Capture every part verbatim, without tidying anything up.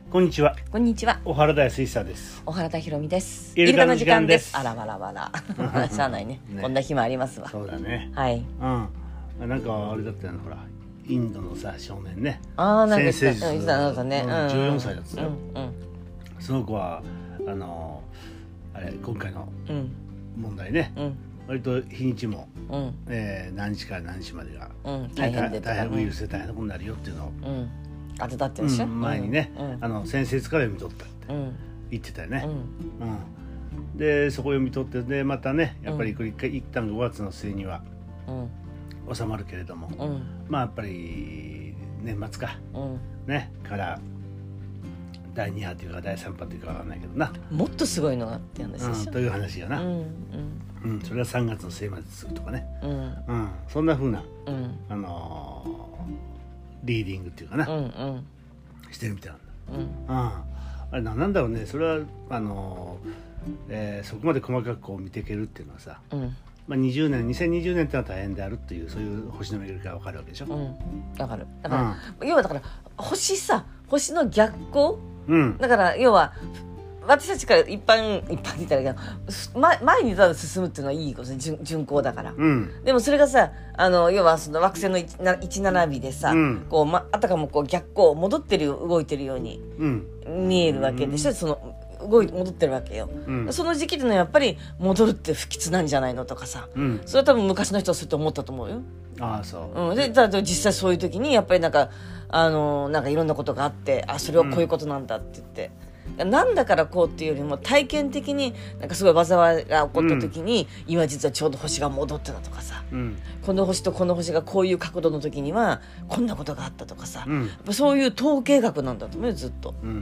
こんにちは。 こんにちは。 小原田康久です。 小原田ひろみです。 イルカの時間です。 あらわらわら。しゃあないね。ねこんな日もありますわ。 そうだね。 はい。 うん。なんかあれだったよね、ほら。インドのさ少年ね。 ああ、なんか先生なんかね、 うん、じゅうよんさいだったよ。 うんうん。 その子はあのあれ今回の問題ね。うん。割と日にちも、うんえー、何日から何日までが、うん、大変で大変ウイルスで大変なことになるよっていうのを、うん、 当てたってでしょ、うん、 前にね、うん、あの先生から読み取ったって言ってたよね、うんうん、でそこを読み取ってでまたねやっぱり一回一旦ごがつの末には、うん、収まるけれども、うん、まあやっぱり年末か、うん、ねからだいに波というかだいさん波というかわからないけどなもっとすごいのがって話でしょ、うん、 という話がな、うんうんうん、それはさんがつの末まで続くとかね、うんうん、そんな風な、うん、あのー、リーディングっていうかな、うんうん、してるみたいなんだ、うんうん、あれ何なんだろうねそれはあのーえー、そこまで細かくこう見ていけるっていうのはさ、うんまあ、にじゅうねんにせんにじゅうねんってのは大変であるっていうそういう星の巡りが分かるわけでしょ、うん、 分かるだから、うん、要はだから星さ星の逆行、うん、だから要は私たちから一般一般に言ったらいいけど前にただ進むっていうのはいいことね 順, 順行だから、うん、でもそれがさあの要はその惑星の一並びでさ、うん、こうま、あたかもこう逆行戻ってる動いてるように見えるわけでしょ、うん、その動い戻ってるわけよ、うん、その時期でのやっぱり戻るって不吉なんじゃないのとかさ、うん、それは多分昔の人はそうやって思ったと思うよ。 ああそう、 うん、でだ実際そういう時にやっぱりなんかあのなんかいろんなことがあってあそれはこういうことなんだって言って、うん、なんだからこうっていうよりも体験的になんかすごい災いが起こった時に、うん、今実はちょうど星が戻ってたとかさ、うん、この星とこの星がこういう角度の時にはこんなことがあったとかさ、うん、やっぱそういう統計学なんだと思うよずっと、うん、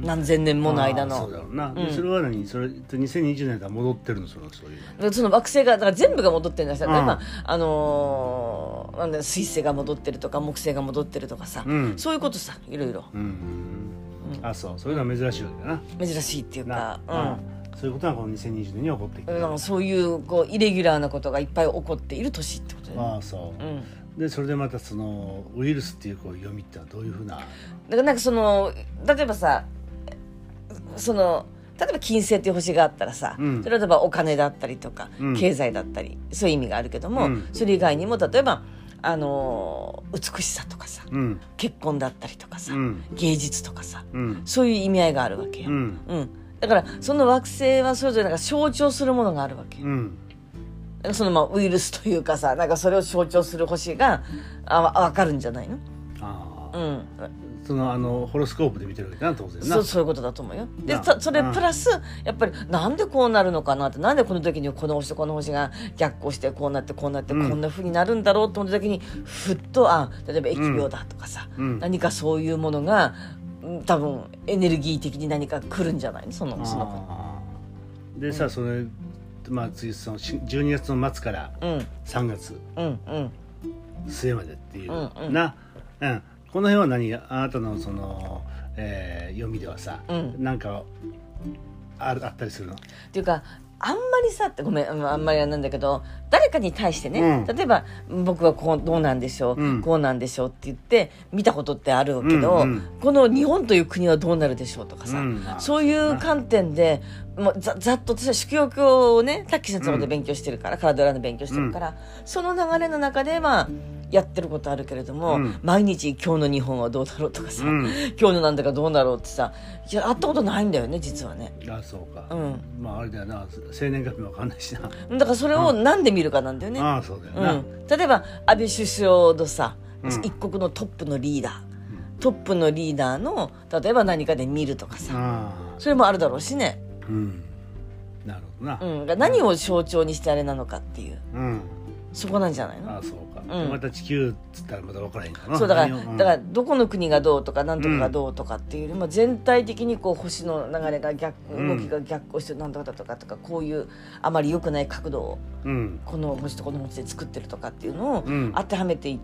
何千年もの間のそうだろうな、うん、それは何それにせんにじゅうねんから戻ってるのそのそういうその惑星がだから全部が戻ってるんだから、例えばあのー、なんだ水星が戻ってるとか木星が戻ってるとかさ、うん、そういうことさいろいろ、うんうん、あそうそういうのは珍しいわけだな珍しいっていうか、うん、 そういうことがこのにせんにじゅうねんに起こってきてるそういうこうイレギュラーなことがいっぱい起こっている年ってことだよね。 ああそう、うんでそれでまたそのウイルスっていうこう読みってのはどういうふうなだからなんかその例えばさその例えば金星っていう星があったらさ、うん、例えばお金だったりとか、うん、経済だったりそういう意味があるけども、うん、それ以外にも例えばあのー、美しさとかさ、うん、結婚だったりとかさ、芸術とかさ、そういう意味合いがあるわけよ、うんだからその惑星はそれぞれなんか象徴するものがあるわけよ、そのまあウイルスというかさなんかそれを象徴する星があ分かるんじゃないの。あ、うん、 そのあのホロスコープで見てるわけだな当然な。 そうそういうことだと思うよ。でそれプラスやっぱりなんでこうなるのかなってなんでこの時にこの星とこの星が逆行してこうなってこうなってこんな風になるんだろうと思った時にふっとあ例えば疫病だとかさ、うん、何かそういうものが多分エネルギー的に何か来るんじゃないのそのその子でさ、うん、それまあ、次そのじゅうにがつの末からさんがつ末までっていう、うんうんな、うん、この辺は何あなたのその、えー、読みではさ、うん、なんか あ, あったりするのっていうかあんまりさってごめんあんまりなんだけど誰かに対してね、うん、例えば僕はこうどうなんでしょう、うん、こうなんでしょうって言って見たことってあるけど、うんうん、この日本という国はどうなるでしょうとかさ、うん、そういう観点でもう ざ, ざっと私は宿陽教をねタッキー先生で勉強してるから、うん、カラドラの勉強してるから、うん、その流れの中でまあやってることあるけれども、うん、毎日今日の日本はどうだろうとかさ、うん、今日のなんだかどうだろうってさいや会ったことないんだよね実はね。 あそうか、うん、まああれだよな生年月日も分かんないしなだからそれをなんで見るかなんだよね、 うん、あそうだよな、うん、 例えば安倍首相のさ、うん、一国のトップのリーダー、うん、トップのリーダーの例えば何かで見るとかさそれもあるだろうしね、うん、 なるほどな、 うん、何を象徴にしてあれなのかっていう、うん、そこなんじゃないの。 あそうか、うん、また地球っつったらまた分からへんかな。 そうだから、うん、だからどこの国がどうとか何とかがどうとかっていうよりも、うん、全体的にこう星の流れが逆動きが逆行して何とかとかとかこういうあまり良くない角度を、うん、この星とこの星で作ってるとかっていうのを当てはめていって、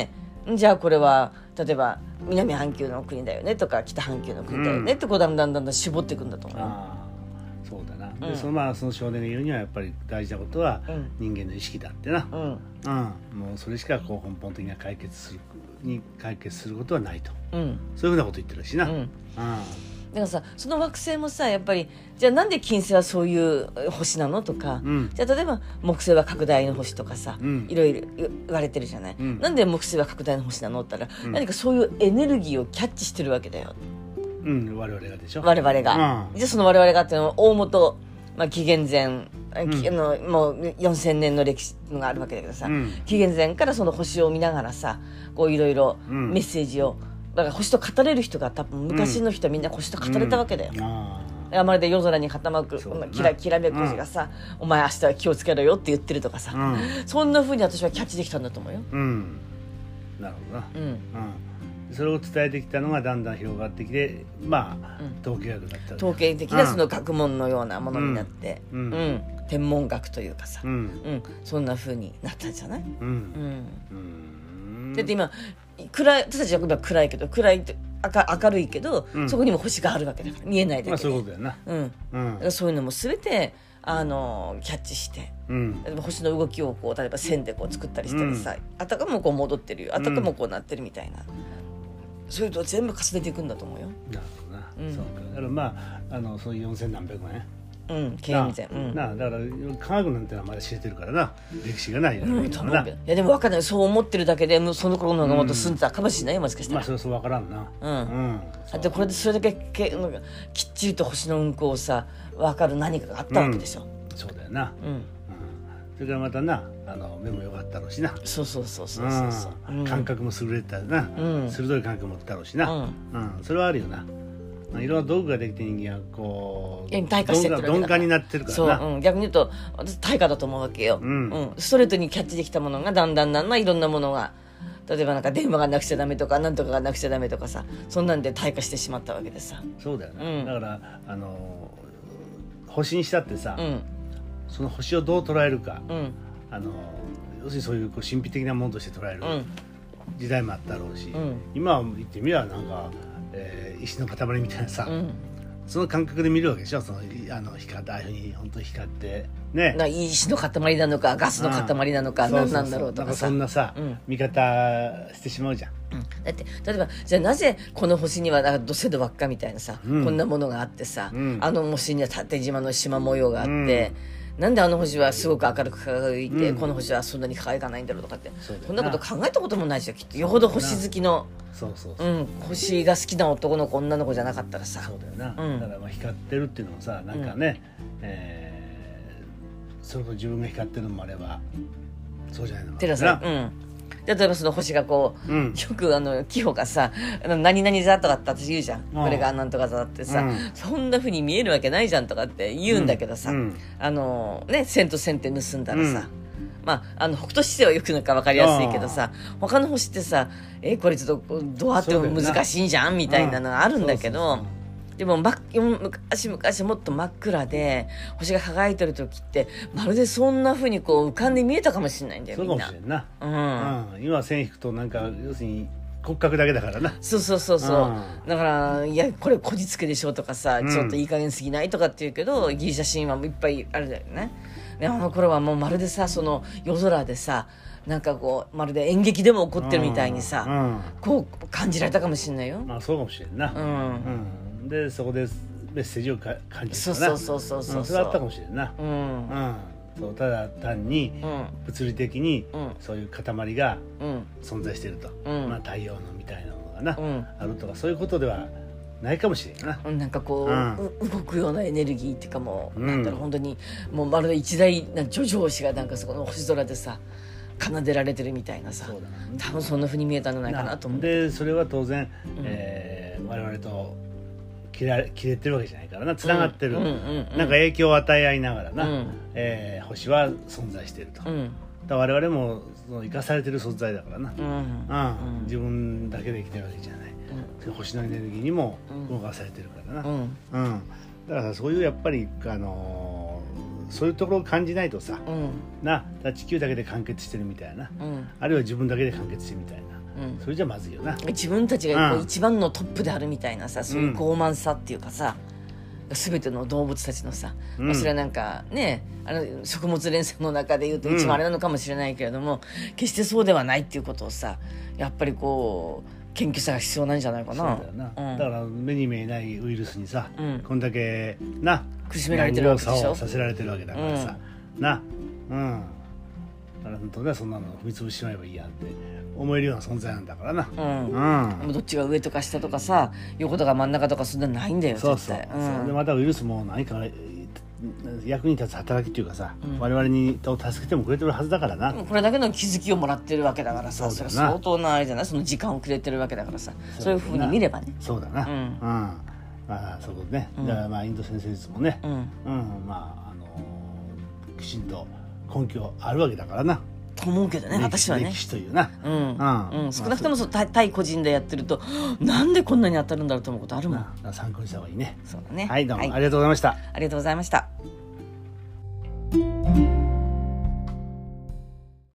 うん、じゃあこれは例えば南半球の国だよねとか北半球の国だよね、うん、ってこうだんだんだんだん絞っていくんだと思う。あそうだな、で、うん、そのまあその少年が言うにはやっぱり大事なことは人間の意識だってな、うんうん、もうそれしかこう根本的な解決するに解決することはないと、 うん、 そういうふうなこと言ってるしな、うんうん、 だからさその惑星もさやっぱりじゃあなんで金星はそういう星なのとか、うん、じゃあ例えば木星は拡大の星とかさ、うん、いろいろ言われてるじゃない、うん、なんで木星は拡大の星なのって言ったら、うん、何かそういうエネルギーをキャッチしてるわけだよ、 うん、我々がでしょ我々が、うん、じゃあその我々がっていうのは大元、まあ、紀元前、うん、あのもうよんせんねんの歴史があるわけだけどさ、うん、紀元前からその星を見ながらさこういろいろメッセージを、だから星と語れる人が多分昔の人はみんな星と語れたわけだよ、うんうん、まるで夜空に傾くきらきらめく星がさ、うん、お前明日は気をつけろよって言ってるとかさ、うん、そんな風に私はキャッチできたんだと思うよ、 うん、なるほどな、うんうんそれを伝えてきたのがだんだん広がってきてまあ、うん、統計学だった統計的なその学問のようなものになって、うんうん、天文学というかさ、うんうん、そんな風になったんじゃない、うんうん、だって今暗い私たちは今暗いけど暗いって明, 明るいけど、うん、そこにも星があるわけだから見えないだけで、まあ、 そういうことだよな、 うんうん、だからそういうのも全てあのキャッチして、うん、例えば星の動きをこう例えば線でこう作ったりしたりさ、うん、あたかもこう戻ってるよあたかもこうなってるみたいな、そういうの全部重ねていくんだと思うよ。 なるほどな、うん、そうかだからまああのそういうよんせんなんびゃくねんうん経営みたいな、うん、 なだから科学なんてのはまだ知れてるからな歴史がないよね、うん、いやでも分かんないそう思ってるだけでその頃の方がもっと進んでたかもしれないよもしかしたらまあそれはそう分からんなうん、うん、 だってこれでそれだけけきっちりと星の運行をさ分かる何かがあったわけでしょ、うん、 そうだよな、うんうん、それからまたなあの目も良かったろうしなそうそうそうそうそうそう、 うん、感覚も優れてたな、うん、鋭い感覚持ってたろうしな、うんうん、それはあるよないろんな道具ができて人間はこう退化してる鈍感になってるからなそう、うん、逆に言うと私退化だと思うわけよ、うんうん、ストレートにキャッチできたものがだんだんだんだんいろんなものが例えばなんか電話がなくちゃダメとかなんとかがなくちゃダメとかさそんなんで退化してしまったわけでさそうだよね、うん、だからあの星にしたってさ、うん、その星をどう捉えるか、うん、あの要するにそういうこう神秘的なものとして捉える時代もあったろうし、うん、今は言ってみればなんか、えー、石の塊みたいなさ、うん、その感覚で見るわけでしょそのあの光ってああいうふうに本当に光ってね石の塊なのかガスの塊なのか何なんだろうとかさそんなさ、うん、見方してしまうじゃん、 うん、だって例えばじゃあなぜこの星には土星土輪っかみたいなさ、うん、こんなものがあってさ、うん、あの星には縦縞の縞模様があって、うんなんであの星はすごく明るく輝いて、うん、この星はそんなに輝かないんだろうとかってそんなこと考えたこともないしきっとよほど星好きのそうそうそう、うん、星が好きな男の子女の子じゃなかったらさそうだよな、うん、だからまあ光ってるっていうのもさなんかね、うんえー、それこそ自分が光ってるのもあればそうじゃないのかなさ、うん例えばその星がこう、うん、よくあのキホがさ何々座とかって私言うじゃんこれがなんとか座ってさ、うん、そんな風に見えるわけないじゃんとかって言うんだけどさ、うん、あのね線と線って結んだらさ、うん、まああの北斗七星はよくなんか分かりやすいけどさ他の星ってさえこれちょっとどうやっても難しいんじゃんみたいなのがあるんだけどでも昔昔もっと真っ暗で星が輝いてる時ってまるでそんな風にこう浮かんで見えたかもしれないんだよみんな。 そうかもしれんな、うんうん、今線引くとなんか要するに骨格だけだからなそうそうそうそう、うん、だからいやこれこじつけでしょとかさ、うん、ちょっといい加減すぎないとかって言うけどギリシャ神話もいっぱいあるんだよね。であの頃はもうまるでさその夜空でさなんかこうまるで演劇でも起こってるみたいにさ、うんうん、こう感じられたかもしれないよ。 まあそうかもしれんな、うんうん、でそこでメッセージをか感じるかなそうそうそうそうそう、 うん、それはあったかもしれんな、うんうん、そうただ単に物理的にそういう塊が存在していると、うんまあ、太陽のみたいなものがな、うん、あるとかそういうことではないかもしれんな、 うん、なんかこう、うん、動くようなエネルギーっていうかもう、うん、なんだろう本当にもうまるで一大叙情詩がなんかそこの星空でさ奏でられてるみたいなさそうだ、ね、多分そんな風に見えたんじゃないかなと思う。 でそれは当然、うんえー、我々と切れ、切れてるわけじゃないからなつながってる、うんうんうんうん、なんか影響を与え合いながらな、うんえー、星は存在していると、うん、だ我々もその生かされてる存在だからな、うんうん、自分だけで生きてるわけじゃない、うん、星のエネルギーにも動かされてるからな、うんうん、だからそういうやっぱりあのーそういうところを感じないとさ、うん、な地球だけで完結してるみたいな、うん、あるいは自分だけで完結してるみたいな、うん、それじゃまずいよな。 自分たちがこう一番のトップであるみたいなさ、そういう傲慢さっていうかさ、 全ての動物たちのさ、うん、まあ、それはなんかねあの食物連鎖の中でいうと一番あれなのかもしれないけれども、うん、決してそうではないっていうことをさやっぱりこう研究者が必要なんじゃないかな。 そうだよな、うん、だから目に見えないウイルスにさ、うん、こんだけな苦しめられてるわけでしょ、 させられてるわけだからさ、うん、なうんだから本当ねそんなの踏み潰してしまえばいいやって思えるような存在なんだからな、うんうん、どっちが上とか下とかさ横とか真ん中とかそんなないんだよそうそう、絶対、うん、でまたウイルスも何か役に立つ働きっていうかさ、うん、我々に助けてもくれてるはずだからな。 これだけの気づきをもらってるわけだからさ、それ相当なあれじゃない、その時間をくれてるわけだからさ、そういうふうに見ればね。 そうだな、うん、うん、まあそうね、うん、だからまあインド先生術もね、うん、うん、まああのー、きちんと根拠あるわけだからなと思うけどね、私はね。 歴史というな、 うんうんうん、少なくともそう対個人でやってるとなんでこんなに当たるんだろうと思うことあるもん。 参考にした方がいいね。 そうだね。 はい、どうもありがとうございました。 ありがとうございました。